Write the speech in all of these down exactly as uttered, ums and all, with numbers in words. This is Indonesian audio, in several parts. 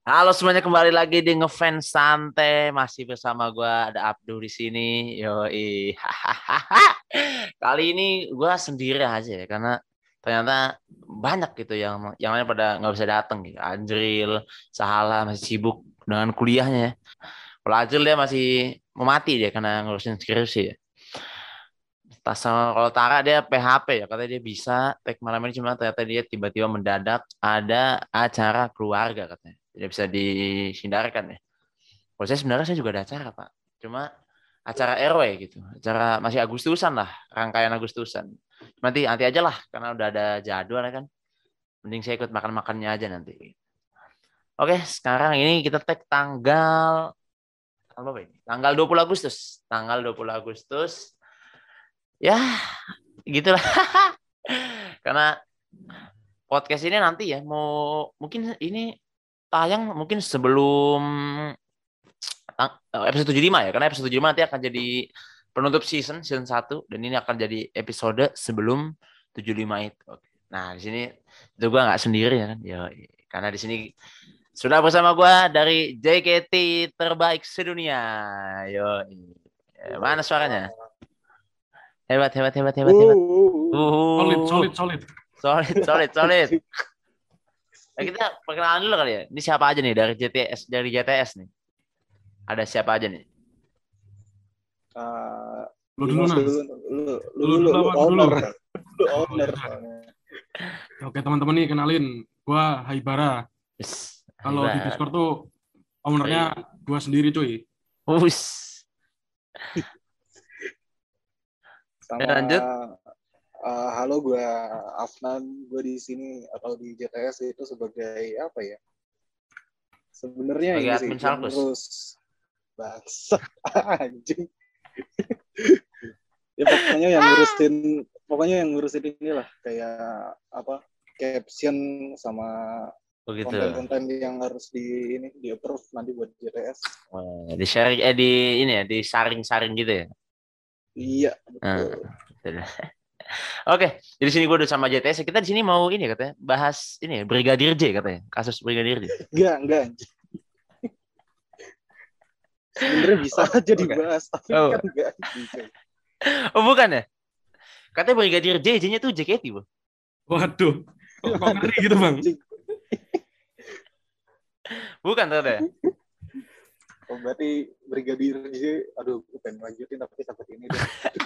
Halo semuanya, kembali lagi di Ngefans Santai, masih bersama gua ada Abdul di sini. Yoi. Kali ini gua sendiri aja ya karena ternyata banyak gitu yang yang lain pada nggak bisa datang gitu. Anjril, Sahala masih sibuk dengan kuliahnya ya. Kalau Anjril dia masih mau mati dia karena ngurusin skripsi ya. Tas sama kalau Tara dia P H P ya, katanya dia bisa tag malam ini, cuma ternyata dia tiba-tiba mendadak ada acara keluarga katanya. Tidak bisa dihindarkan ya. Kalau saya sebenarnya saya juga ada acara, Pak. Cuma acara R W gitu. Acara masih Agustusan lah, rangkaian Agustusan. Nanti nanti aja lah karena udah ada jadwal ya kan. Mending saya ikut makan-makannya aja nanti. Oke, sekarang ini kita tag tanggal tanggal apa ini? Tanggal dua puluh Agustus. Tanggal dua puluh Agustus. Ya, gitulah. Karena podcast ini nanti ya mau mungkin ini tayang mungkin sebelum tang- eh, episode tujuh puluh lima ya, karena episode tujuh puluh lima nanti akan jadi penutup season season satu dan ini akan jadi episode sebelum tujuh puluh lima itu. Oke. Nah, di sini itu gua nggak sendiri ya kan. Ya, karena di sini sudah bersama gua dari J K T terbaik sedunia. Yo. Mana suaranya? Hebat, hebat, hebat, hebat, hebat. Solid, Uh, solid, solid. solid, solid, solid. Nah, kita perkenalan dulu kali ya. Ini siapa aja nih dari J T S, dari J T S nih? Ada siapa aja nih? Uh, Lu dulu, Dimas Nas. dulu, lu, lu, Dulu, lu, dulu lu apa? Lu dulu. owner, lu Oh, owner iya. soalnya. Oke, teman-teman nih, kenalin. Gua Haibara. Yes, Kalau di hebat. Discord tuh, ownernya Wih. gua sendiri, cuy. Us. Ya, Sama lanjut. uh, halo, gue Afnan, gue di sini atau di J T S itu sebagai apa ya? Sebenarnya Sebagai ini sih admin yang Salkus. ngurus bangsa anjing. Ya pokoknya yang ngurusin, pokoknya yang ngurusin inilah kayak apa? Caption sama Begitu. konten-konten yang harus di ini di approve nanti buat J T S. Oh, di sharing eh di ini ya, di saring-saring gitu ya. Iya, Nah, betul. betul. Oke, jadi sini gue udah sama J T S. Kita di sini mau ini katanya bahas ini ya, Brigadir J katanya, kasus Brigadir J. Enggak, enggak anjing. Sebenarnya bisa Oh, aja bukan. dibahas, tapi Oh, kan enggak bisa. oh bukan ya? Katanya Brigadir J, J-nya tuh J K T, Bu. Waduh. Kok, kok ngeri gitu, Bang? Anjing. Bukan ternyata. Oh, berarti Brigadir J, aduh, gue pengen lanjutin tapi sampai ini deh.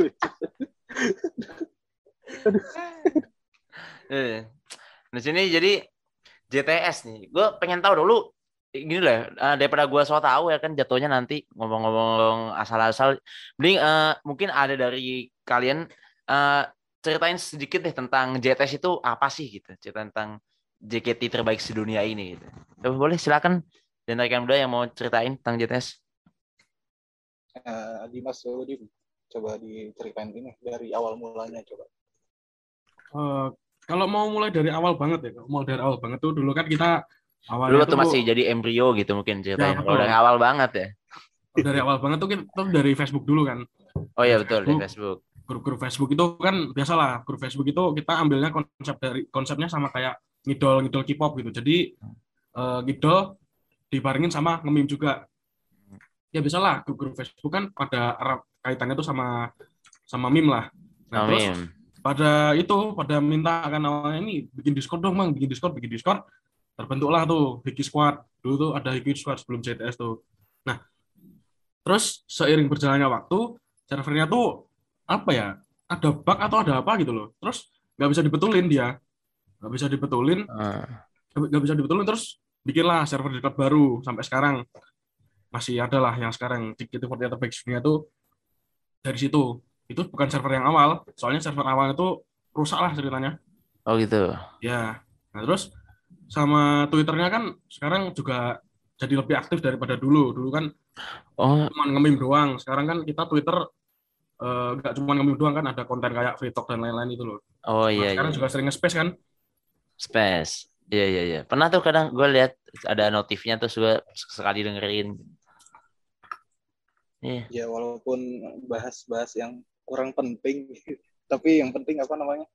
Eh, Di sini jadi J T S nih. Gue pengen tahu dulu gini lah, eh, daripada gue so tahu ya kan jatuhnya nanti ngomong-ngomong asal-asal. Mending eh, mungkin ada dari kalian eh, ceritain sedikit deh tentang J T S itu apa sih gitu. Cerita tentang J K T terbaik sedunia ini gitu. Coba boleh silakan dan rekan muda yang mau ceritain tentang J T S. Uh, Dimas dulu, Dim. Coba diceritain ini dari awal mulanya coba. Uh, kalau mau mulai dari awal banget ya, mau dari awal banget tuh dulu kan kita Dulu awalnya waktu masih tuh, jadi embrio gitu mungkin ya ceritanya. Kalau dari betul. awal banget ya. Dari awal banget tuh kita tuh dari Facebook dulu kan. Oh Dari iya betul di Facebook, Facebook. grup-grup Facebook itu kan biasalah, grup Facebook itu kita ambilnya konsep dari konsepnya sama kayak ngidol-ngidol K-pop gitu. Jadi uh, ngidol dibarengin sama nge-meme juga. Ya biasalah grup-grup Facebook kan pada erat kaitannya tuh sama sama meme lah. Nah, terus Amin. pada itu pada minta kan awalnya ini bikin Discord dong, Bang, bikin Discord, bikin Discord. Terbentuklah tuh Hiki Squad. Dulu tuh ada Hiki Squad sebelum J T S tuh. Nah, terus seiring berjalannya waktu, servernya tuh apa ya? Ada bug atau ada apa gitu loh. Terus nggak bisa dibetulin dia, nggak bisa dibetulin, Uh, nggak bisa dibetulin terus bikinlah server Discord baru sampai sekarang masih ada lah yang sekarang J K T empat puluh delapan terbaik dunia tuh dari situ. Itu bukan server yang awal, soalnya server awal itu rusak lah ceritanya. oh gitu. Ya, nah terus sama Twitternya kan sekarang juga jadi lebih aktif daripada dulu. Dulu kan Oh, cuma nge-meme doang. Sekarang kan kita Twitter eh, nggak cuma nge-meme doang kan, ada konten kayak free talk dan lain-lain itu loh. oh Sama iya iya. sekarang juga sering nge-space kan. Space. Iya iya iya. Pernah tuh kadang gue lihat ada notifnya tuh suka sekali dengerin. Iya. Ya walaupun bahas-bahas yang kurang penting, tapi yang penting apa namanya?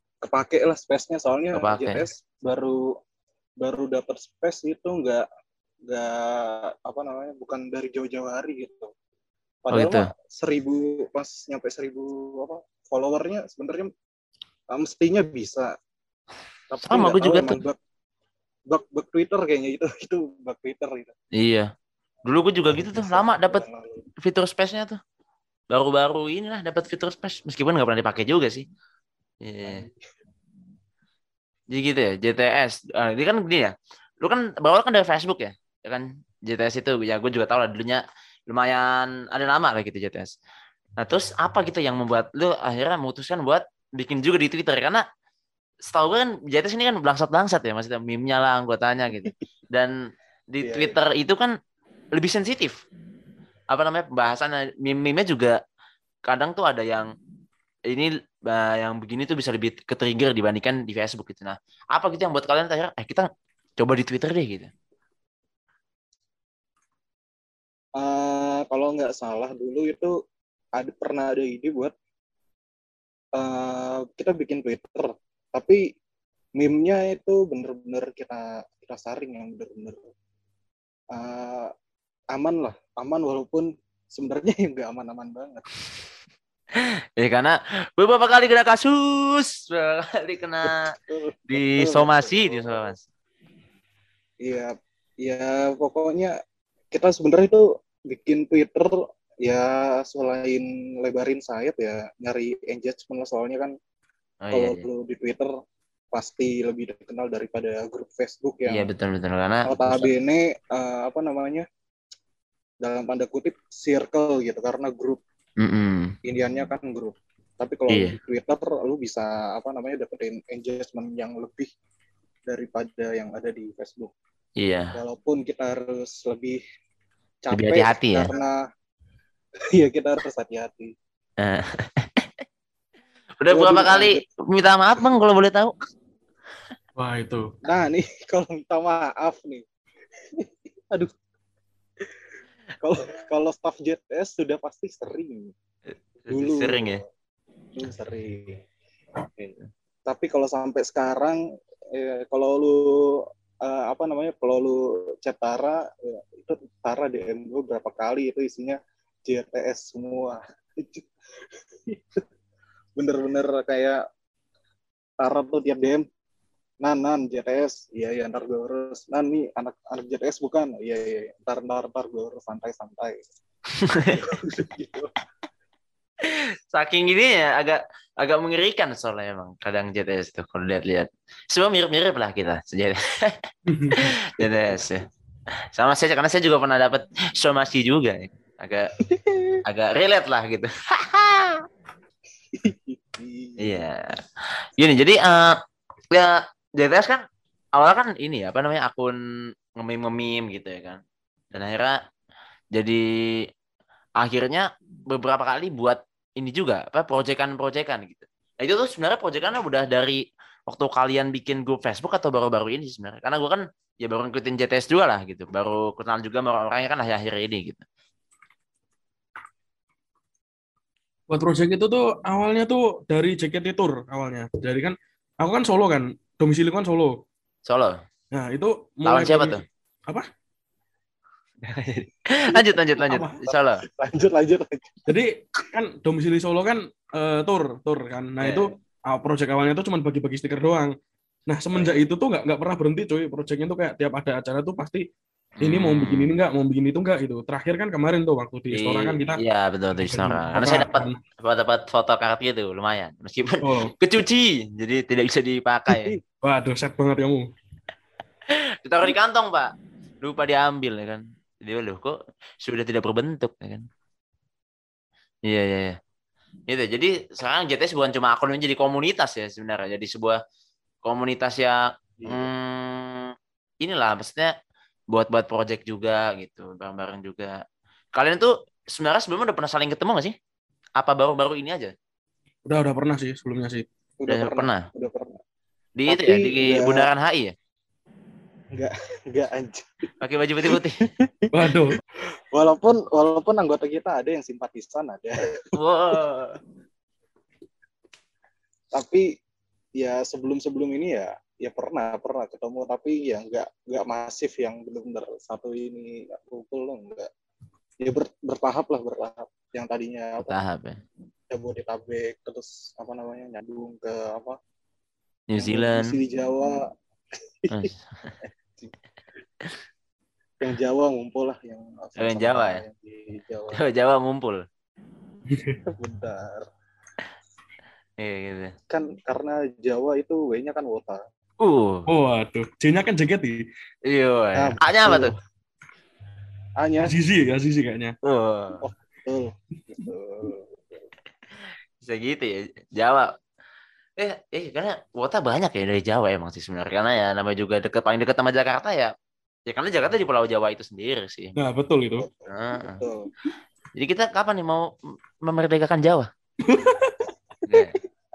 Kepake lah space-nya, soalnya Kepake. J T S baru baru dapat space itu nggak nggak apa namanya bukan dari jauh-jauh hari gitu. Oh Padahal gitu. mah seribu pas nyampe seribu apa followernya sebenarnya uh, mestinya bisa. Tapi Sama nggak gue tahu juga tuh. emang bug bug bug Twitter kayaknya itu itu bug Twitter gitu. Iya. Dulu gue juga Baru gitu tuh, bisa lama dapat sebulan lalu. fitur space-nya tuh. Baru-baru inilah dapat fitur space, meskipun nggak pernah dipakai juga sih. Iya. Jadi gitu ya, J T S. Ah, ini kan gini ya. Lu kan berawal kan dari Facebook ya. Ya kan J T S itu ya gue juga tahu lah dulunya lumayan ada nama lah gitu J T S. Nah, terus apa gitu yang membuat lu akhirnya memutuskan buat bikin juga di Twitter? Karena setahu gue kan J T S ini kan bangsat-bangsat ya, maksudnya meme-nya lah anggotanya gitu. Dan di Iya, iya. Twitter itu kan lebih sensitif. Apa namanya pembahasan meme-meme juga kadang tuh ada yang ini uh, yang begini tuh bisa lebih ke-trigger dibandingkan di Facebook gitu. Nah, apa gitu yang buat kalian akhirnya eh kita coba di Twitter deh gitu. Uh, kalau nggak salah dulu itu ada pernah ada ide buat uh, kita bikin Twitter, tapi meme-nya itu bener-bener kita kita saring yang bener-bener uh, aman lah, aman walaupun sebenarnya nggak aman-aman banget. Ya karena beberapa kali kena kasus, beberapa kali kena disomasi, disomasi. Iya, ya pokoknya kita sebenarnya itu bikin Twitter ya selain lebarin sayap ya nyari engagement lah, soalnya kan Oh, kalau iya, iya. lu di Twitter pasti lebih dikenal daripada grup Facebook Iya yang betul-betul karena notabene uh, apa namanya dalam tanda kutip circle gitu, karena grup Mm-mm. Indiannya kan grup. Tapi kalau Iya. di Twitter lu bisa apa namanya dapetin engagement yang lebih daripada yang ada di Facebook. Iya. Walaupun kita harus lebih Lebih capek hati-hati ya. karena ya kita harus hati-hati. Uh. Udah Waduh, berapa kali lanjut. minta maaf Bang kalau boleh tahu? Wah itu. Nah nih kalau minta maaf nih. Aduh. Kalau kalau staff J T S sudah pasti sering. Dulu sering ya. Dulu sering. Oke. Tapi kalau sampai sekarang eh, kalau lu uh, apa namanya kalau lu chat Tara ya, itu Tara D M gue berapa kali itu isinya J T S semua. Bener-bener kayak Tara tuh tiap D M Nan, nan, J T S, iya, iya, ntar gue urus. Nan, nih, anak, anak J T S bukan? Iya, iya, ntar, ntar, ntar gue urus, santai-santai. Gitu. Saking ini ya agak agak mengerikan soalnya emang kadang J T S itu kalau lihat-lihat. Semua mirip-mirip lah kita sejati. J T S ya. Sama saya karena saya juga pernah dapat somasi juga ya. Agak agak relate lah gitu. Iya. Gini jadi uh, ya J T S kan awalnya kan ini ya apa namanya akun ngemim-ngemim gitu ya kan. Dan akhirnya jadi akhirnya beberapa kali buat ini juga apa proyekan-proyekan gitu. Nah, itu tuh sebenarnya proyekannya udah dari waktu kalian bikin grup Facebook atau baru-baru ini sebenarnya? Karena gue kan ya baru ngikutin J T S juga lah gitu. Baru kenal juga sama orang-orangnya kan akhir-akhir ini gitu. Buat project itu tuh awalnya tuh dari J K T Tour awalnya. Jadi kan aku kan Solo kan, domisili kan Solo. Solo. Nah itu Lawan mulai siapa dari tuh? apa? lanjut lanjut lanjut. Apa? Solo. Lanjut lanjut. lanjut. Jadi kan domisili Solo kan uh, tour tour kan. Nah Yeah. itu uh, project awalnya tuh cuma bagi-bagi stiker doang. Nah semenjak Oh, iya. itu tuh nggak nggak pernah berhenti cuy. Projectnya tuh kayak tiap ada acara tuh pasti ini mau Hmm. bikin ini nggak, mau bikin itu nggak gitu. Terakhir kan kemarin tuh waktu di Istora kan kita Iya betul di Istora. Karena apa, saya dapat kan. dapat foto karet gitu lumayan. Meskipun Oh, kecuci jadi tidak bisa dipakai. waduh set banget kamu. Ditaruh di kantong Pak. Lupa diambil ya kan. Jadi loh kok sudah tidak berbentuk ya kan. Iya iya iya. Itu jadi sekarang J T S bukan cuma akun menjadi komunitas ya sebenarnya. Jadi sebuah komunitas yang hmm, inilah maksudnya buat-buat project juga gitu, bareng-bareng juga. Kalian tuh sebenarnya sebelumnya udah pernah saling ketemu nggak sih? Apa baru-baru ini aja? Udah udah pernah sih sebelumnya sih. Udah, Udah pernah, pernah. udah pernah. Di Tapi itu ya di enggak, Bundaran H I ya? Enggak, enggak anjir. Pakai baju putih-putih. Waduh. Walaupun walaupun anggota kita ada yang simpatisan ada. Wow. Tapi ya sebelum-sebelum ini ya ya pernah pernah ketemu tapi ya nggak nggak masif yang benar-benar satu ini kumpul loh, nggak. Ya ber, bertahap lah bertahap. Yang tadinya apa? Bertahap ya. Jabodetabek terus apa namanya nyambung ke apa? New Yang Zealand. provinsi di Jawa. Oh, Yang Jawa ngumpul lah yang Oh, yang Jawa ya? yang di Jawa. Jawa, Jawa ngumpul. Bentar. Iya gitu. Kan karena Jawa itu W-nya kan wota. Uh, Waduh, J-nya kan J K T. iya. Nah, A-nya apa tuh? A-nya Azizi, Azizi kayaknya. Oh, oh, betul. Betul. bisa gitu ya. Jawa. Eh, eh karena wota banyak ya dari Jawa emang sih sebenarnya. Karena ya namanya juga deket, paling dekat sama Jakarta ya. Ya karena Jakarta di Pulau Jawa itu sendiri sih. Nah, betul itu. Nah, Betul. jadi kita kapan nih mau memerdekakan Jawa? Nggak.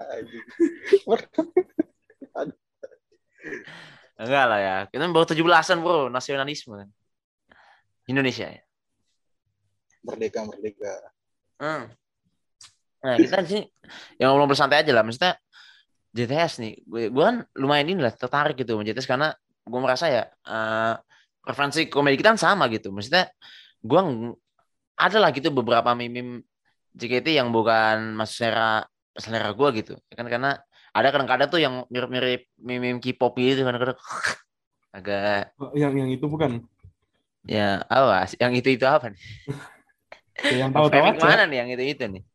Enggak lah ya. Kita baru tujuh belasan bro, nasionalisme kan. Indonesia ya. Merdeka merdeka. Hmm. Nah kita di sini yang ngomong bersantai aja lah. Maksudnya J T S nih, gue, gue kan lumayan ini lah tertarik gitu sama J T S karena gue merasa ya uh, referensi komedi kita kan sama gitu. Maksudnya gue ng- ada lah gitu beberapa meme J K T yang bukan masuk selera selera gue gitu. Ya kan karena ada kadang-kadang tuh yang mirip-mirip meme K-pop gitu kadang-kadang agak Yang yang itu bukan. ya awas yang itu itu apa nih? Ya, yang tahu-tahu Framing aja. mana nih yang itu itu nih?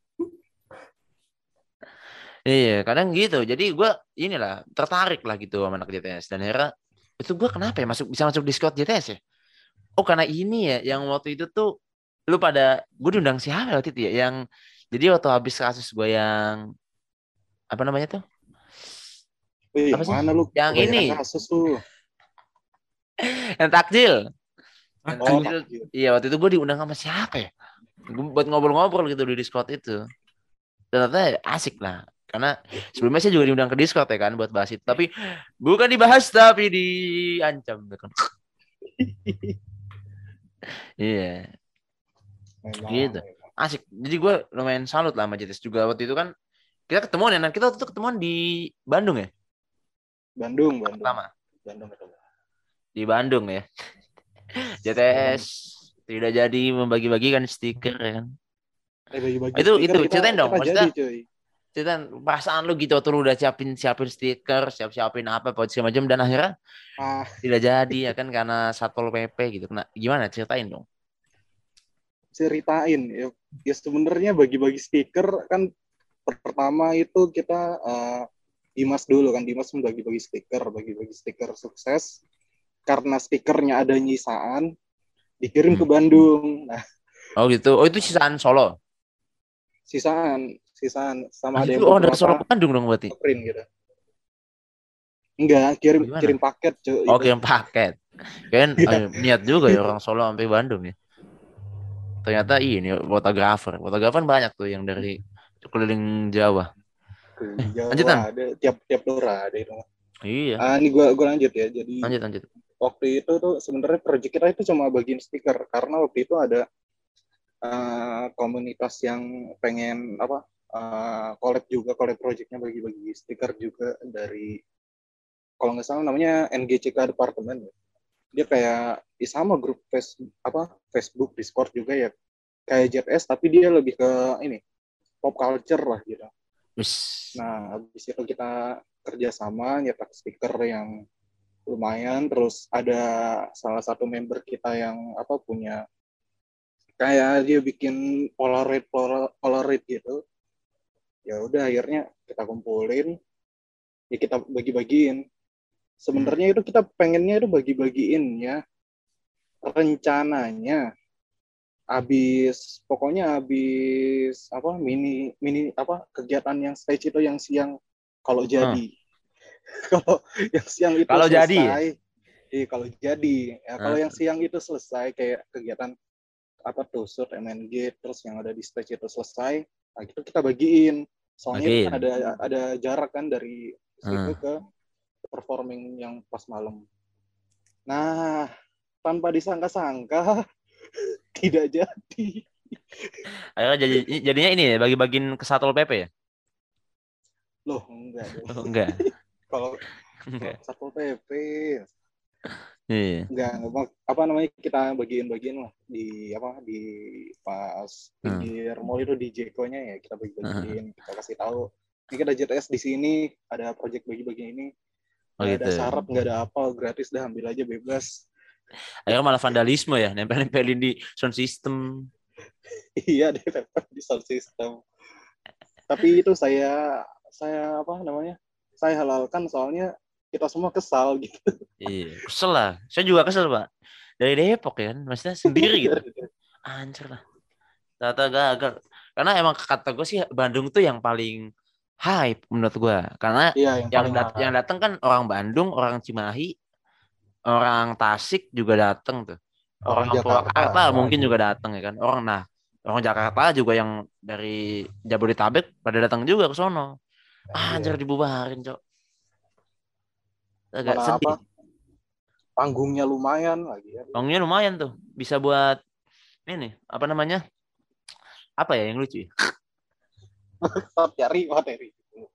Iya kadang gitu. Jadi gue inilah tertarik lah gitu sama anak J T S dan akhirnya itu gue kenapa ya masuk bisa masuk Discord J T S ya? Oh karena ini ya yang waktu itu tuh lu pada gue diundang siapa waktu itu ya yang jadi waktu habis kasus gue yang apa namanya tuh? Wih, Apa sih? mana lu? Yang Kebanyakan ini kasus tuh. yang takjil. Yang Oh, takjil. takjil. Iya waktu itu gue diundang sama siapa ya? Gue buat ngobrol-ngobrol gitu di Discord itu. Ternyata asik lah. Karena sebelumnya saya juga diundang ke Discord ya kan buat bahas itu. Tapi bukan dibahas tapi diancam. Kan. Iya. Memang, Gitu. memang. Asik. Jadi gue lumayan salut lah sama J T S juga waktu itu kan. Kita ketemuan ya. Nah, kita waktu itu ketemuan di Bandung ya. Bandung, Bandung. Pertama. Bandung ketemu. Di Bandung ya. J T S tidak jadi membagi-bagikan stiker ya kan. Eh, bagi-bagi Itu stiker itu kita, ceritain dong. kita Maksudnya jadi, cuy. ceritain perasaan lu gitu waktu lu udah siapin siapin stiker, siap-siapin apa buat segala macam dan akhirnya Ah, tidak jadi ya kan karena Satpol P P gitu. Nah, gimana ceritain dong. ceritain ya, ya sebenarnya bagi-bagi stiker kan pertama itu kita uh, Dimas dulu kan Dimas membagi-bagi stiker bagi-bagi stiker sukses karena stikernya ada nyisaan dikirim Hmm. ke Bandung. Nah Oh gitu. Oh itu sisaan Solo. sisaan sisaan sama Ah, ada itu yang orang dari Solo beberapa ke Bandung dong berarti. print gitu. Enggak, kirim Gimana? kirim paket cuy. Oh itu. kirim paket. Kan Iya. niat juga ya orang Solo sampai Bandung ya. Ternyata ini fotografer. Fotografer banyak tuh yang dari keliling Jawa. Di Jawa Lanjutan. ada tiap-tiap daerah ada itu. Iya. Ah, ini gua gua lanjut ya. Jadi Lanjut lanjut. waktu itu tuh sebenarnya proyek kita itu cuma bagiin stiker karena waktu itu ada uh, komunitas yang pengen apa uh, collab juga collab projectnya bagi-bagi stiker juga dari kalau nggak salah namanya N G C K Departemen. Dia kayak ya sama grup Facebook apa Facebook Discord juga ya kayak J T S tapi dia lebih ke ini pop culture lah gitu. Wis. Nah habis itu kita kerjasama nyetak stiker yang lumayan terus ada salah satu member kita yang apa punya kayak dia bikin polaroid polaroid gitu ya udah akhirnya kita kumpulin ya kita bagi-bagiin sebenarnya itu kita pengennya itu bagi-bagiin ya rencananya habis pokoknya habis apa mini mini apa kegiatan yang stage itu yang siang kalau jadi kalau yang siang itu Kalau selesai jadi ya? iya kalau jadi ya kalau Hah? yang siang itu selesai kayak kegiatan apa tuh shoot M N G terus yang ada di stage itu selesai nah itu kita bagiin soalnya itu kan Bagiin. ada ada jarak kan dari situ Hmm. ke performing yang pas malam nah tanpa disangka-sangka tidak jadi Akhirnya jadi jadinya ini ya bagi-bagiin ke Satpol P P ya? loh enggak dong. Oh, enggak. kalau Enggak. Satpol P P. Iya. Enggak, enggak apa namanya kita bagiin-bagiin lah di apa di pas Hmm. pinggir mall itu di Jeko-nya ya kita Hmm. bagi-bagiin, kita kasih tahu. Ini kita J T S di sini ada project bagi-bagi ini. Oh Nggak ada gitu. syarat, nggak ada apa, gratis dah ambil aja bebas. Akhirnya malah vandalisme ya, nempel-nempelin di sound system. Iya deh di sound system. Tapi itu saya saya apa namanya? Saya halalkan soalnya kita semua kesal gitu. Iya, kesel lah. Saya juga kesel, Pak. Dari Depok ya kan, maksudnya sendiri gitu. Anjir lah. Ternyata gagal. Karena emang kata gue sih Bandung tuh yang paling hype menurut gue. Karena Iya, yang yang paling dat- yang datang kan orang Bandung, orang Cimahi, orang Tasik juga datang tuh. orang Orang Jakarta. Purwakarta mungkin juga datang ya kan. Orang nah, orang Jakarta juga yang dari Jabodetabek pada datang juga ke sono. Ah, anjir Iya. dibubarin, Cok. Agak Mana sedih. apa? Panggungnya lumayan lagi ya. Panggungnya lumayan tuh. Bisa buat ini, apa namanya? Apa ya yang lucu ya? Cari materi.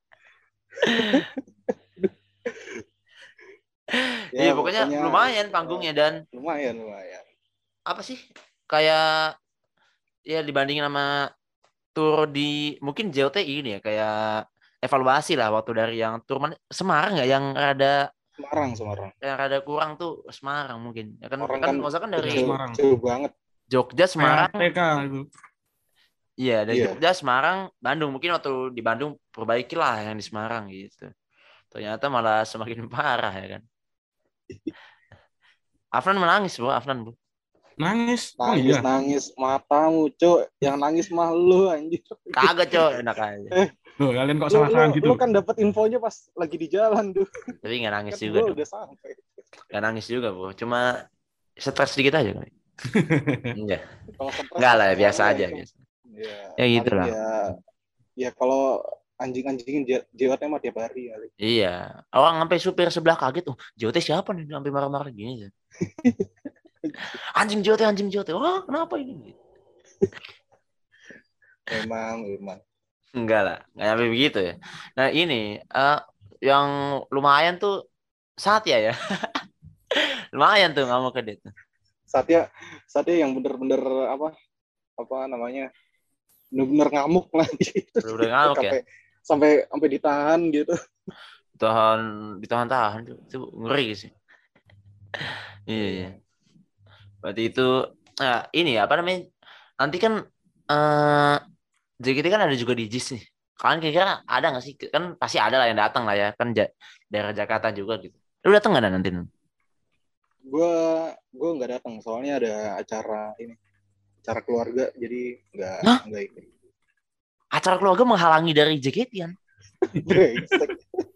Iya, pokoknya, lumayan panggungnya dan lumayan lumayan. Apa sih? Kayak ya dibandingin sama tur di mungkin J O T I ini ya, kayak evaluasi lah waktu dari yang tur mana Semarang nggak yang rada Semarang Semarang. yang rada kurang tuh Semarang mungkin. Ya kan Orang kan kan maksudnya kan dari jauh, Semarang. jauh banget. Jogja Semarang. P K itu. Iya, dari Iya. Jogja Semarang, Bandung. Mungkin waktu di Bandung perbaiki lah yang di Semarang gitu. Ternyata malah semakin parah ya kan. Afnan menangis, Bro, Afnan, Bro. Nangis. Oh Nangis iya. nangis matamu, Cok. Yang nangis mah lu anjir. Kagak, Cok, enak aja. Loh, kalian kok Lu, salah-salah lu, gitu. lu kan dapat infonya pas lagi di jalan tuh. Tapi nggak nangis Kan juga, gua dong. udah sampai. Nggak nangis juga, Bro. Cuma stres sedikit aja kali. Enggak. Kalau stres Enggak lah, paling biasa ya, aja, itu. biasa. Ya, Ya gitu paling lah. Ya, ya kalau anjing-anjingin J- JOT mah tiap hari kali. Iya. Orang sampai supir sebelah kaget, oh, J O T siapa nih sampai marah-marah gini aja. Anjing J O T, anjing J O T. Wah, kenapa ini? Memang, memang. Enggak lah, nggak sampai begitu ya. Nah ini eh, yang lumayan tuh Satya ya. Lumayan tuh nggak mau ke date. Satya, Satya yang bener-bener apa, apa namanya, bener-bener ngamuk lah gitu. Bener-bener ngamuk ya? sampai, sampai sampai ditahan gitu. Tahan, ditahan-tahan tuh, itu ngeri sih. Iya, iya. Berarti itu, nah ini apa namanya? Nanti kan eh J K T kan ada juga di J I S nih. Kalian kira-kira ada nggak sih? Kan pasti ada lah yang datang lah ya. Kan ja- daerah Jakarta juga gitu. Lu datang nggak nanti? Gue gue nggak datang soalnya ada acara ini, acara keluarga jadi nggak Hah? nggak ikut. Acara keluarga menghalangi dari J K T-an. Brengsek.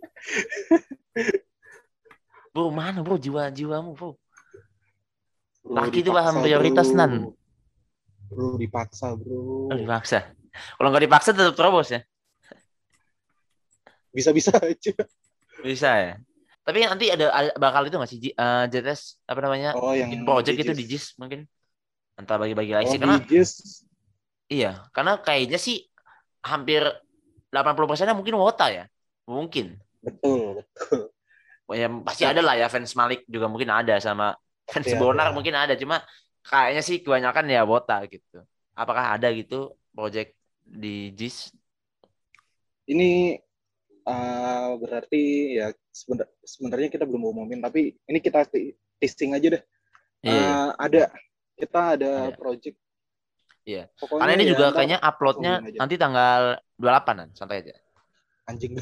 Bro, mana bro jiwa-jiwamu bro? Bro, Laki itu dipaksa, paham prioritas, bro. Nan. Bro, dipaksa, bro. Oh, dipaksa. Kalau nggak dipaksa tetap terobos ya? Bisa-bisa aja. Bisa ya? Tapi nanti ada, ada bakal itu nggak sih? J- eh, J T S, apa namanya? Oh, yang Bikin project di itu J I S. di J I S mungkin. Entah bagi-bagi lagi Oh, sih. Karena, di J I S. iya. Karena kayaknya sih hampir delapan puluh persennya mungkin Wota ya. Mungkin. Betul, betul. Oh, ya, pasti ada lah ya fans Malik juga mungkin ada sama fans Iya, Bonar iya. mungkin ada, cuma kayaknya sih kebanyakan ya Wota gitu. Apakah ada gitu project di J I S? Ini uh, berarti ya sebenar- sebenarnya kita belum umumin, tapi ini kita t- testing aja deh. Iya, iya. Uh, ada kita ada Ada. project. Iya. Pokoknya Karena ini ya, juga ntar kayaknya uploadnya tungguin aja. nanti tanggal dua puluh delapan-an, santai aja. Anjing.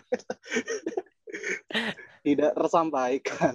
Tidak tersampaikan.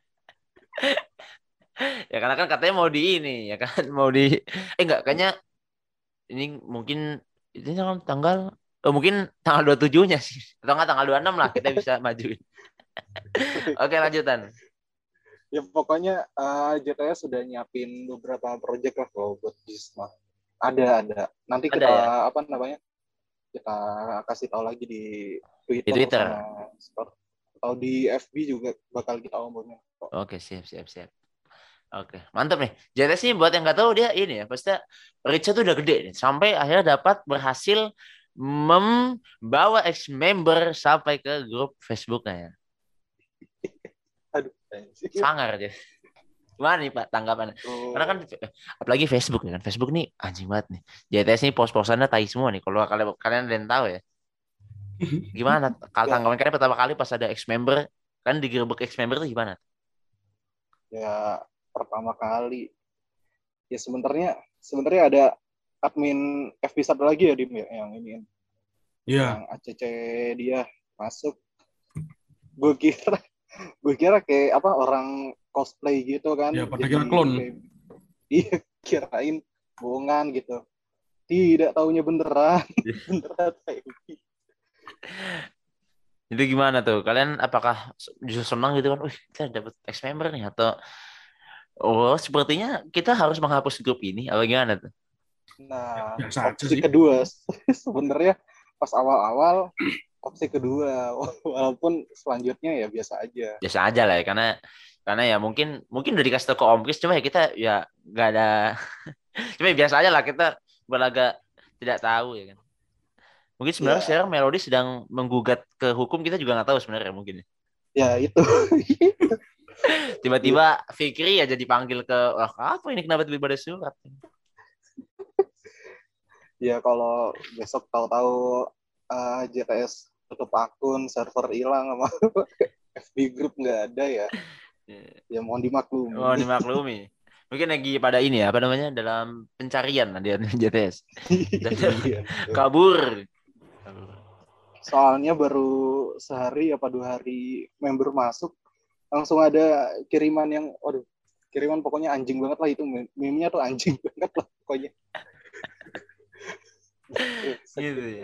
Ya karena kan katanya mau di ini ya kan, mau di eh enggak kayaknya ini mungkin ini tanggal tanggal oh, mungkin tanggal dua puluh tujuh-nya sih. Atau enggak tanggal dua puluh enam lah kita bisa majuin. Oke, lanjutan. Ya pokoknya uh, J T S sudah nyiapin beberapa project lah kalau buat Gisma. Ada ada. Nanti Ada kita ya? apa namanya? Kita kasih tahu lagi di Twitter, Di Twitter. sama Discord. Atau di F B juga bakal kita omongin. Oke, siap siap siap. Oke, mantap nih. J T S ini buat yang nggak tahu dia ini ya, pasti reach-nya tuh udah gede nih. Sampai akhirnya dapat berhasil membawa ex-member sampai ke grup Facebooknya ya. sangar aja. Gimana nih Pak tanggapannya? Oh. Karena kan apalagi Facebook nih kan. Facebook nih anjing banget nih. J T S nih pos-posannya tai semua nih. Kalau kalian kalian ada yang tahu ya. Gimana? Kalau Ya, tanggapan kalian pertama kali pas ada ex-member kan digerebek ex-member tuh gimana? ya pertama kali. Ya sebenarnya sebenarnya ada admin F B satu lagi ya Dim ya, yang ini Iya. yang A C C dia masuk. Gue kira gue kira kayak apa orang cosplay gitu kan. Ya, pada Jadi kira klon. kayak- iya, kirain bohongan gitu. Tidak taunya beneran. beneran kayak gitu. Itu gimana tuh? Kalian apakah justru senang gitu kan? Wih, kita dapat ex-member nih atau oh, sepertinya kita harus menghapus grup ini apa gimana tuh? Nah, Biasa aja opsi sih. kedua sebenarnya pas awal-awal opsi kedua walaupun selanjutnya ya biasa aja. Biasa aja lah ya karena karena ya mungkin mungkin udah dikasih tau ke Om Kris cuma ya kita ya nggak ada cuma ya biasa aja lah kita berlagak tidak tahu ya kan. Mungkin sebenarnya Ya, sekarang Melody sedang menggugat ke hukum kita juga nggak tahu sebenarnya mungkin. ya itu. Tiba-tiba Fikri aja dipanggil ke wah apa ini kenapa tiba-tiba ada surat? Ya kalau besok tahu-tahu uh, J T S tutup akun, server hilang sama F B group nggak ada ya. Ya mohon dimaklumi. Oh dimaklumi. Mungkin lagi pada ini ya apa namanya dalam pencarian dia J T S. Iya. Kabur. Soalnya baru sehari apa dua hari member masuk langsung ada kiriman yang waduh kiriman pokoknya anjing banget lah itu meme-nya tuh anjing banget lah pokoknya. Gitu ya.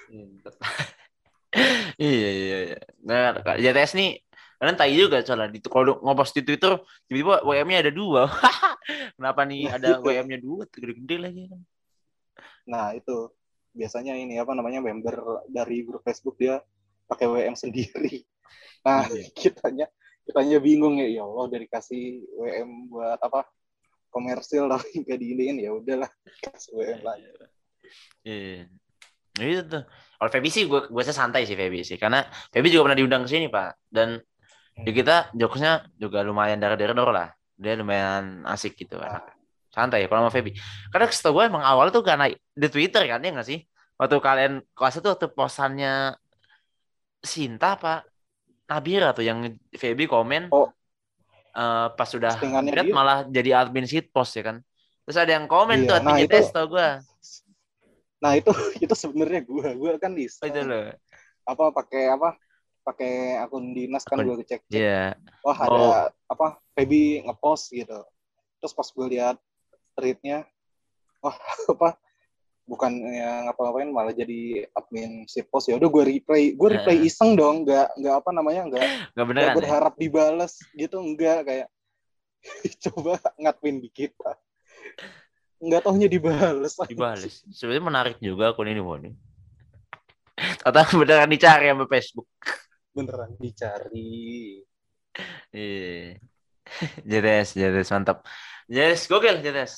Iya iya iya. Nah, J T S nih kalian tahu juga soalnya di kalau ngopost di Twitter tiba-tiba W M-nya ada dua. Kenapa nih ada W M-nya dua? Gede-gede lagi kan. Nah, itu biasanya ini apa namanya member dari grup Facebook dia pakai W M sendiri. Nah, kitanya kitanya bingung ya, ya Allah dari kasih W M buat apa? Komersil tapi nggak diiniin ya udahlah kasih W M lagi. Iya. Nah, itu tuh. Kalau Feby sih gue gue santai sih Feby sih karena Feby juga pernah diundang ke sini Pak dan ya kita jokesnya juga lumayan dar-dar lah. Dia lumayan asik gitu kan. Nah. Santai ya kalau sama Feby. Karena setahu gue emang awal tuh karena di Twitter kan ya nggak sih? Waktu kalian kelas itu waktu posannya Sinta Pak Nabira tuh yang Feby komen Oh. uh, pas sudah Postingannya dia. malah jadi admin shitpost ya kan. Terus ada yang komen Iya, tuh admin nah J T S itu- tau gue. Nah, itu itu sebenarnya gue gue kan di Oh, itu loh. apa pakai apa? Pakai akun dinas kan Akun- gue cek. Iya. Wah, Oh. ada apa? Feby ngepost gitu. Terus pas gue lihat tweetnya, wah apa? Bukan yang ngapa-ngapain malah jadi admin shitpost ya. Udah gue replay, gue replay Nah. iseng dong, nggak nggak apa namanya nggak Gak nggak beneran ya? berharap dibalas gitu, enggak kayak coba ngadmin di kita. Nggak taunya dibales. Dibales. Sebenarnya menarik juga akun ini mau nih. Atau beneran dicari sama Facebook. Beneran dicari. Iya. J T S, J T S mantap. J T S gokil J T S.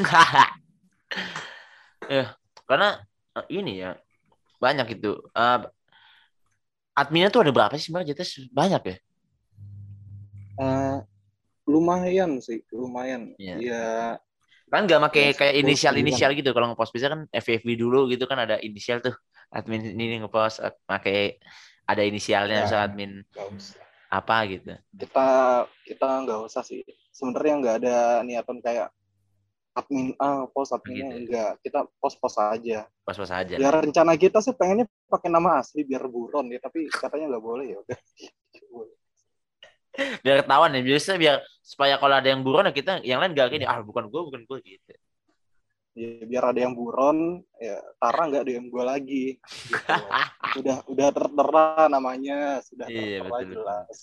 Ya, karena uh, ini ya banyak itu. Uh, adminnya tuh ada berapa sih sebenarnya J T S? Banyak ya? Uh, lumayan sih, lumayan. Iya. Ya, Kan nggak pakai Ya, kayak sepuluh, inisial-inisial gitu kalau ngepost bisa kan F F B dulu gitu kan ada inisial tuh. Admin ini ngepost uh, pakai ada inisialnya Ya. misal admin nggak usah. apa gitu. Kita kita nggak usah sih. Sebenarnya nggak ada niatan kayak admin A, post adminnya Gitu. enggak. Kita post-post aja. Pas-pas aja. Ya rencana kita sih pengennya pakai nama asli biar buron ya, tapi katanya nggak boleh ya udah. Biar ketahuan ya biasa biar supaya kalau ada yang buron ya kita yang lain gak gini ah bukan gue bukan gue gitu. Ya, biar ada yang buron, ya Tara nggak D M gue lagi. Gitu. udah udah tertera namanya, sudah Iya, tertera betul, jelas.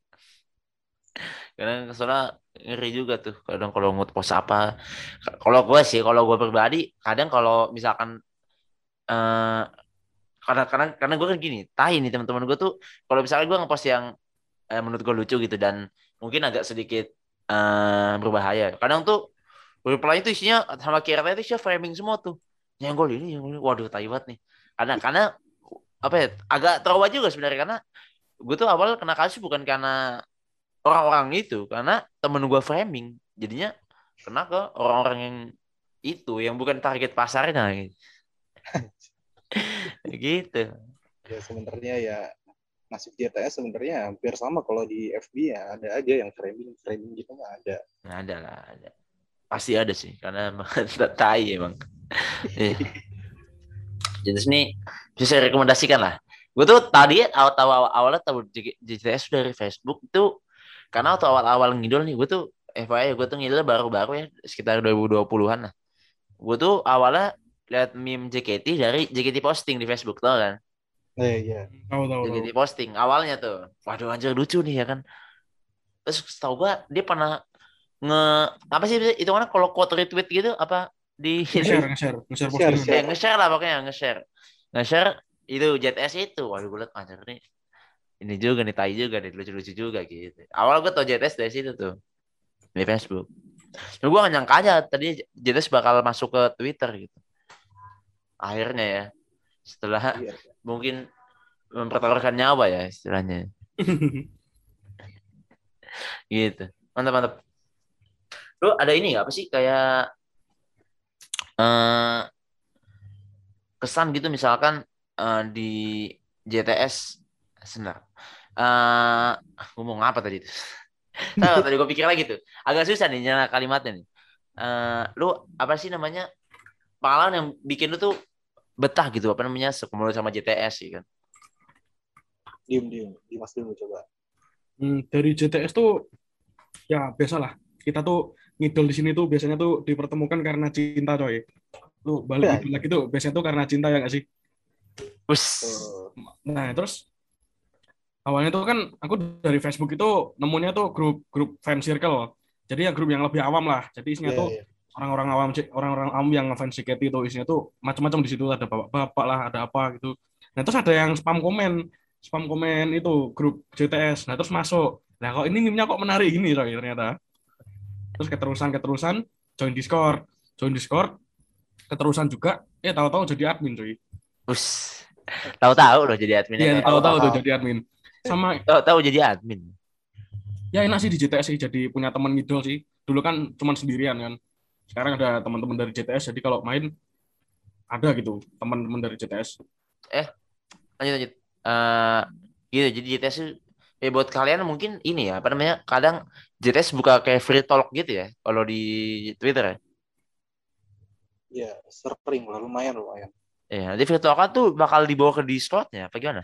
Karena soalnya ngeri juga tuh kadang kalau nge-post apa. Kalau gue sih kalau gue pribadi kadang kalau misalkan eh karena karena karena gue kan gini, tai nih teman-teman gue tuh kalau misalkan gue nge-post yang eh, menurut gue lucu gitu dan mungkin agak sedikit eh, berbahaya. Kadang tuh reply itu isinya sama kira-kira itu isinya framing semua tuh. Nyenggol ini, nyenggol ini. Waduh, tai banget nih. Karena karena apa ya? Agak trauma juga sebenarnya karena gue tuh awal kena kasus bukan karena orang-orang itu karena temen gue framing, jadinya kena ke orang-orang yang itu yang bukan target pasarnya gitu. Gitu. Ya sebenarnya ya nasib J T S sebenarnya hampir sama kalau di F B ya ada aja yang framing framing gitu nggak ada. Nah, ada lah, ada. Pasti ada sih karena emang tai emang. Iya. Jadi ini bisa saya rekomendasikan lah. Gue tuh tadi awal awal awalnya tahu J T S dari Facebook itu karena waktu awal-awal ngidol nih, gue tuh F Y I gue tuh ngidol baru-baru ya sekitar dua ribu dua puluhan lah. Gue tuh awalnya lihat meme J K T dari J K T posting di Facebook tau kan? Eh iya. Tahu tahu tahu. J K T posting awalnya tuh, waduh anjir lucu nih ya kan. Terus tahu gue dia pernah nge apa sih itu kan kalau quote retweet gitu apa di Nge-share, nge-share, nge-share Share, postingan. ya nge-share lah pokoknya nge-share nge-share itu J T S itu, waduh gue liat anjir nih ini juga nih tai juga nih lucu-lucu juga gitu. Awal gue tau J T S dari situ tuh di Facebook. Nah, gue gak nyangka aja tadi J T S bakal masuk ke Twitter gitu. Akhirnya ya setelah Iya. mungkin mempertaruhkan nyawa ya istilahnya. Gitu. Mantap mantap. Lu ada ini nggak apa sih kayak eh, kesan gitu misalkan eh, di J T S sebentar. Eh ngomong apa tadi itu? Tahu tadi gue pikir lagi tuh. Agak susah nih nyala kalimatnya nih. Eh lu apa sih namanya? Pengalaman yang bikin lu tuh betah gitu apa namanya sekumul sama J T S sih kan. Diem diem, Dimas dulu coba. Hmm, dari J T S tuh ya biasalah. Kita tuh ngidol di sini tuh biasanya tuh dipertemukan karena cinta coy. Lu balik Ya, ngidol lagi tuh biasanya tuh karena cinta ya nggak sih? Us. tuh. Nah, terus awalnya tuh kan aku dari Facebook itu nemunya tuh grup grup fan circle. Jadi ya grup yang lebih awam lah. Jadi isinya Iya, tuh iya. orang-orang awam orang-orang awam yang ngefans J K T itu isinya tuh macam-macam di situ ada bapak-bapak lah, ada apa gitu. Nah, terus ada yang spam komen, spam komen itu grup J T S. Nah, terus masuk. Nah, kok ini meme-nya kok menarik ini coy ternyata. Terus keterusan-keterusan join Discord, join Discord, keterusan juga eh tahu-tahu jadi admin coy. Us. Tahu-tahu loh jadi adminnya Iya, kayak tahu-tahu Tahu, tuh tahu. jadi admin. Sama tahu-tahu jadi admin. ya enak sih di J T S sih jadi punya teman ngidol sih. Dulu kan cuman sendirian kan. Sekarang ada teman-teman dari J T S jadi kalau main ada gitu teman-teman dari J T S. Eh, lanjut lanjut. Eh gitu jadi J T S tuh, ya buat kalian mungkin ini ya apa namanya kadang J T S buka kayak free talk gitu ya kalau di Twitter ya. Iya, sering lah, lumayan lumayan. Ya, nanti free talk tuh bakal dibawa ke Discord-nya apa gimana?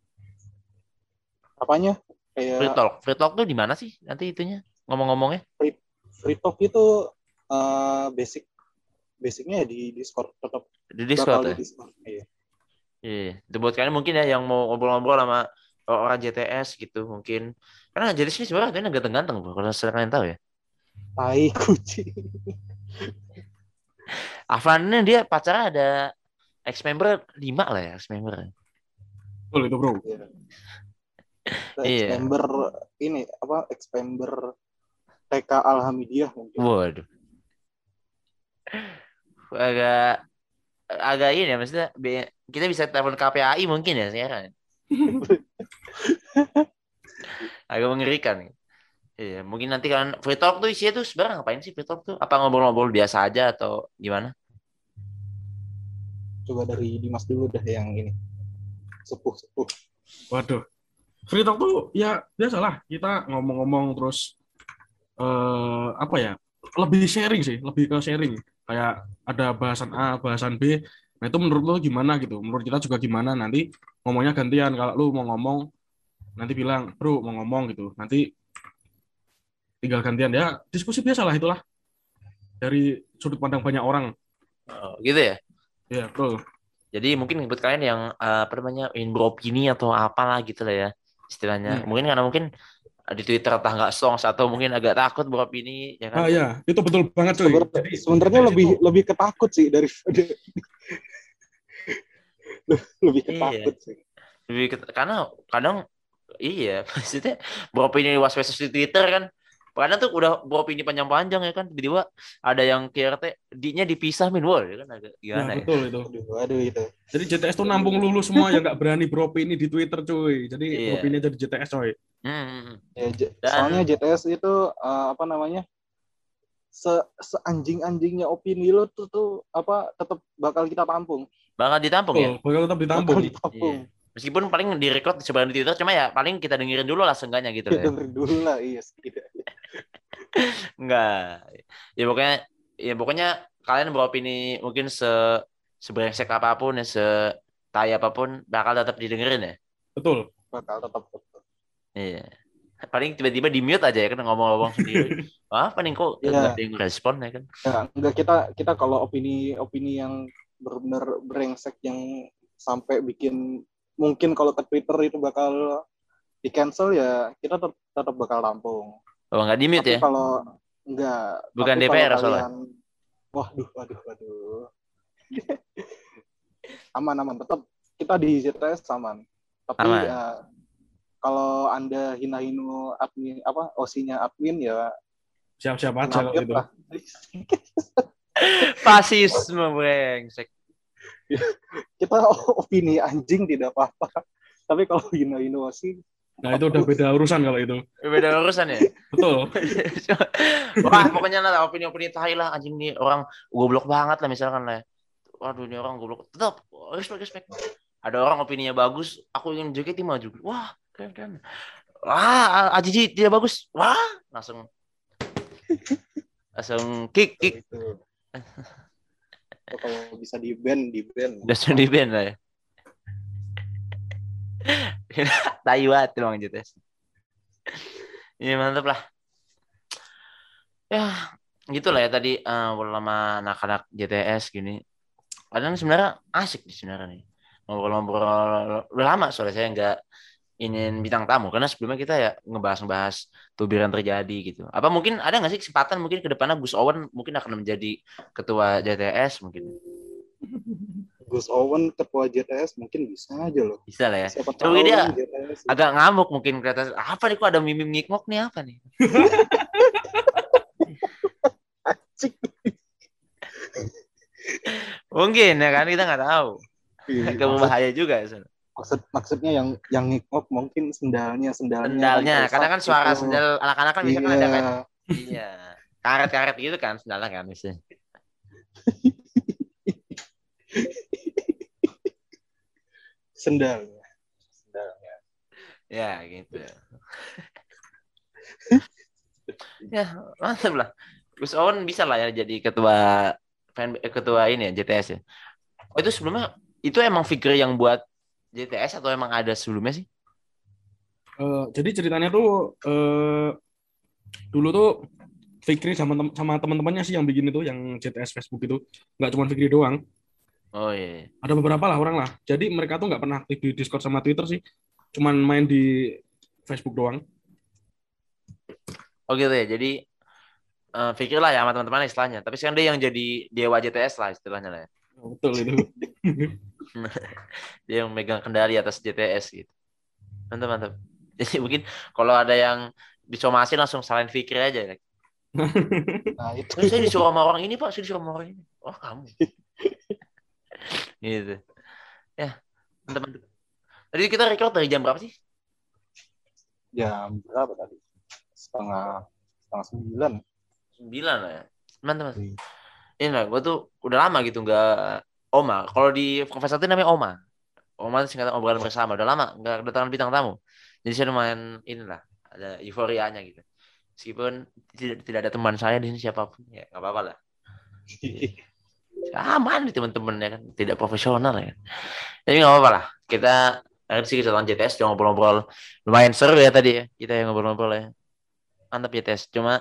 Apanya? Free Kayak talk. Free talk tuh di mana sih nanti itunya? Ngomong-ngomongnya free, free talk itu uh, basic basicnya ya di Discord tetap di Discord bakal ya. di Discord. Iya. Iya, itu buat kalian mungkin ya yang mau ngobrol-ngobrol sama orang J T S gitu mungkin. Karena J T S ini sebenarnya katanya ganteng-ganteng bro, kalau kalian tahu ya. Tai kucing. Afan ini dia pacarnya ada ex-member lima lah ya, ex-member. Betul itu bro. Iya. Iya. Expander ini apa Expander T K Alhamidiyah mungkin. Waduh. Agak agak ini ya maksudnya be- kita bisa telepon K P A I mungkin ya sekarang. Agak mengerikan. Iya, mungkin nanti kan free talk tuh isinya tuh sebenarnya ngapain sih free talk tuh? Apa ngobrol-ngobrol biasa aja atau gimana? Coba dari Dimas dulu dah yang ini. Sepuh-sepuh. Waduh. Free talk tuh ya biasalah kita ngomong-ngomong terus eh, apa ya? Lebih sharing sih, lebih ke sharing. Kayak ada bahasan A, bahasan B. Nah, itu menurut lo gimana gitu? Menurut kita juga gimana? Nanti ngomongnya gantian. Kalau lu mau ngomong nanti bilang, "Bro, mau ngomong" gitu. Nanti tinggal gantian ya. Diskusi biasalah itulah dari sudut pandang banyak orang. Oh, gitu ya. Ya, bro. Jadi mungkin buat kalian yang eh, apa namanya ingin beropini atau apalah gitu lah ya istilahnya. Hmm. Mungkin karena mungkin di Twitter entah nggak songs atau mungkin agak takut beropini ya kan. Ah ya, itu betul banget cuy. Sebenarnya, Jadi sebenarnya dari lebih situ- lebih ketakut sih dari lebih Iya. ketakut sih. Lebih ke- karena kadang iya maksudnya beropini was-was di Twitter kan Karena tuh udah beropini panjang-panjang ya kan, tiba-tiba ada yang kira teh D-nya dipisah min, wah ya kan agak Nah, gimana ya. betul itu. Aduh, aduh itu. Jadi J T S tuh nampung lulu semua yang nggak berani beropini di Twitter cuy. Jadi Iya. beropini aja di J T S coy. Hmm. Ya, J- Dan- soalnya J T S itu uh, apa namanya? Se seanjing-anjingnya opini lo tuh tuh apa tetap bakal kita tampung. Bakal ditampung ya. Betul, bakal tetap ditampung. Bakal ditampung. Iya. Meskipun paling direkod sebagian di Twitter, cuma ya paling kita dengerin dulu lah seenggaknya gitu Kita ya. denger dulu lah, iya setidaknya. Enggak. Ya pokoknya ya pokoknya kalian beropini mungkin se sebrengsek apapun ya, setai apapun bakal tetap didengerin ya. Betul. Bakal tetap tetap. Iya. Paling tiba-tiba di mute aja ya kan ngomong-ngomong sendiri. Apa nih kok Iya. enggak ada yang respon ya kan? Ya, enggak kita kita kalau opini-opini yang benar-benar brengsek yang sampai bikin mungkin kalau ke Twitter itu bakal di cancel ya kita tetap, tetap bakal tampung. Oh, enggak di mute Tapi ya? kalau enggak Bukan tapi D P R kalau soalnya. kalian, waduh waduh waduh. aman aman tetap kita di J T S aman. Tapi Aman. ya, kalau Anda hina-hina admin apa O S I-nya admin ya Siap-siap aja kalau kenapa gitu. lah. Fasisme brengsek. Kita opini anjing tidak apa-apa. Tapi kalau hina-hina O S I Nah, itu udah beda urusan kalau itu. Beda urusan ya. Betul. Wah, pokoknya lah opini-opini tai lah anjing nih orang goblok banget lah misalkan lah. Waduh ini orang goblok. Tetap respect respect. Ada orang opininya bagus, aku ingin J K T maju. Wah, keren keren. Wah, Ajiji tidak bagus. Wah, langsung langsung kick kick. itu. Oh, kalau bisa di ban di ban. Udah sudah di band lah ya. Tai banget emang J T S. Ini mantap lah. Ya, gitulah ya tadi uh, sama anak-anak J T S gini. Kadang sebenarnya asik di sebenarnya nih. Ngobrol-ngobrol udah lama soalnya saya nggak ingin bintang tamu karena sebelumnya kita ya ngebahas-ngebahas tubiran terjadi gitu. Apa mungkin ada nggak sih kesempatan mungkin ke depannya Gus Owen mungkin akan menjadi ketua J T S mungkin. Gus Owen ketua J T S mungkin bisa aja loh. Bisa lah ya. Siapa Coba tahu dia J T S. agak ngamuk mungkin kelihatan apa nih kok ada mimim ngikmok nih apa nih? Cik. Mungkin ya kan kita nggak tahu. Iya, Agak berbahaya juga ya. maksud maksudnya yang yang ngikmok mungkin sendalnya sendalnya Sendalnya, yang kadang kan rusak suara gitu. sendal anak-anak kan bisa kan ada kan. Iya. Iya. Karet-karet gitu kan sendalnya kan biasanya. Sendalnya sendalnya Ya gitu. Ya mantap lah. Gus Owen bisa lah ya jadi ketua fan ketua ini ya J T S ya. Oh, itu sebelumnya itu emang figur yang buat J T S atau emang ada sebelumnya sih? Eh, jadi ceritanya tuh eh, dulu tuh Fikri sama tem- sama teman-temannya sih yang bikin itu, yang J T S Facebook itu, nggak cuma Fikri doang, Oh iya. ada beberapa lah orang lah. Jadi mereka tuh nggak pernah aktif di Discord sama Twitter sih, cuman main di Facebook doang. Oh gitu ya. Jadi uh, Fikir lah ya sama teman-teman istilahnya. Tapi sekarang dia yang jadi dewa J T S lah istilahnya lah ya. Oh, betul itu. Dia yang megang kendali atas J T S gitu. Mantap mantap. Jadi mungkin kalau ada yang disomasin langsung salahin Fikri aja ya. nah itu Terus saya disuruh sama orang ini Pak, saya disuruh sama orang ini. Oh kamu. Gitu. Ya, mantap-mantap. Tadi kita record dari jam berapa sih? jam berapa tadi setengah setengah sembilan Sembilan lah ya. Mantap-mantap. Iya. Ini lah, gue tuh udah lama gitu nggak Oma. Kalau di Confess Satu namanya Oma. Oma itu singkatan obrolan bersama. Udah lama nggak kedatangan bintang tamu. Jadi saya lumayan inilah ada euforianya gitu. Meskipun tidak tidak ada teman saya di sini siapapun ya nggak apa-apa lah. Aman nih teman-teman ya kan, tidak profesional ya. Tapi nggak apa-apa lah. Kita hari sih kita J T S jangan ngobrol-ngobrol lumayan seru ya tadi ya. Kita yang ngobrol-ngobrol ya. Mantap J T S. Cuma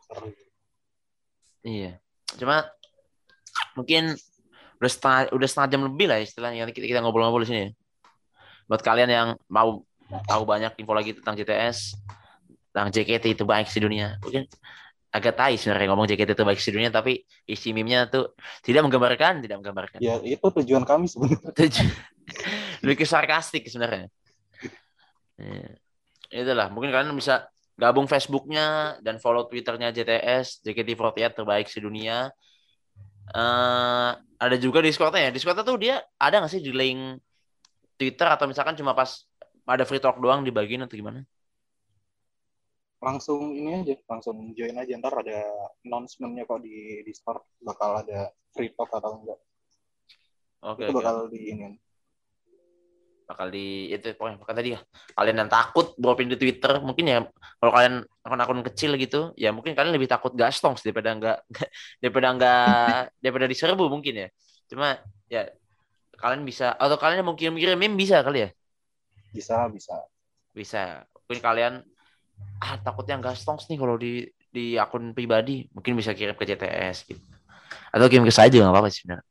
iya. Cuma mungkin udah setengah, udah setengah jam lebih lah istilahnya kita, kita ngobrol-ngobrol di sini. Buat kalian yang mau tahu banyak info lagi tentang J T S, tentang J K T itu baik di dunia. Mungkin agak tai sebenarnya ngomong J K T itu baik di dunia, tapi isi meme-nya tuh tidak menggambarkan, tidak menggambarkan. ya itu tujuan kami sebenarnya. Lebih ke sarkastik sebenarnya. Ya. Itulah, mungkin kalian bisa gabung Facebooknya dan follow Twitternya J T S J K T empat puluh delapan terbaik sedunia. Eh ada juga Discordnya ya. Discordnya tuh dia ada nggak sih di link Twitter atau misalkan cuma pas ada free talk doang dibagiin atau gimana? Langsung ini aja, langsung join aja, ntar ada announcement-nya kok di Discord bakal ada free talk atau enggak. Oke Itu oke. bakal di ini. Bakal di itu pokoknya bakal tadi ya. Kalian yang takut dropin di Twitter mungkin ya kalau kalian akun-akun kecil gitu ya mungkin kalian lebih takut gastongs daripada enggak daripada enggak daripada diserbu mungkin ya. Cuma ya kalian bisa atau kalian mau kirim-kirim meme bisa kali ya. Bisa, bisa. Bisa. Mungkin kalian ah takutnya gastongs nih kalau di di akun pribadi mungkin bisa kirim ke J T S gitu. Atau kirim ke saya juga nggak apa-apa sih sebenarnya.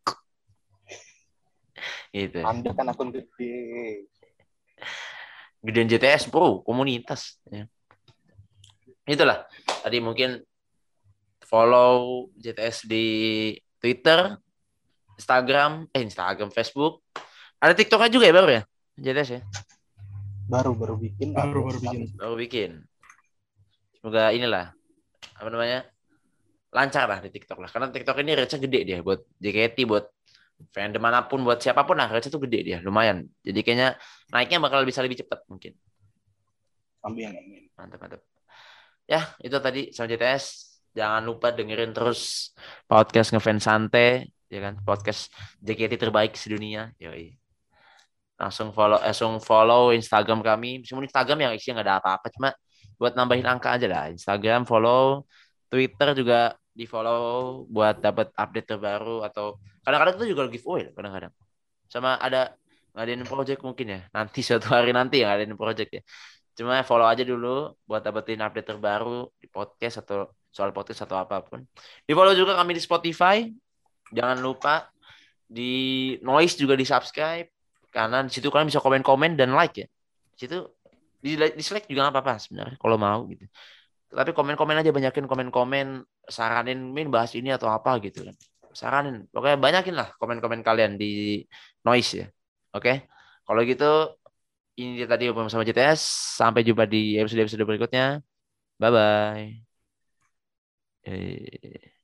Gitu. Anda kan akun gede. Gedean J T S bro, komunitas. Ya. Itulah. Tadi mungkin follow J T S di Twitter, Instagram, eh Instagram, Facebook. Ada TikToknya juga ya baru ya? J T S ya? Baru baru bikin. Baru baru bikin. Baru bikin. Semoga inilah apa namanya lancar lah di TikTok lah. Karena TikTok ini reach gede dia buat J K T, buat fandom manapun, buat siapapun lah reach tuh gede dia, lumayan. Jadi kayaknya naiknya bakal bisa lebih cepat mungkin. Amin, amin. Mantap mantap. Ya itu tadi sama J T S. Jangan lupa dengerin terus podcast Ngefans Santai, ya kan? Podcast J K T terbaik sedunia. Yoi. Langsung follow, langsung follow Instagram kami. Semua Instagram yang isinya nggak ada apa-apa, cuma buat nambahin angka aja lah. Instagram follow, Twitter juga di follow buat dapat update terbaru atau kadang-kadang itu juga giveaway kadang-kadang. Sama ada ngadain project mungkin ya. Nanti suatu hari nanti yang ngadain project ya. Cuma follow aja dulu buat dapetin update terbaru di podcast atau soal podcast atau apapun. Di follow juga kami di Spotify. Jangan lupa di Noise juga di subscribe karena di situ kalian bisa komen-komen dan like ya. Di situ di dislike juga nggak apa-apa sebenarnya kalau mau gitu. Tapi komen-komen aja, banyakin komen-komen, saranin min bahas ini atau apa gitu kan. Saranin. Pokoknya banyakin lah komen-komen kalian di Noise ya. Oke. Kalau gitu ini dia tadi bersama J T S. Sampai jumpa di episode-episode berikutnya. Bye-bye. Eh.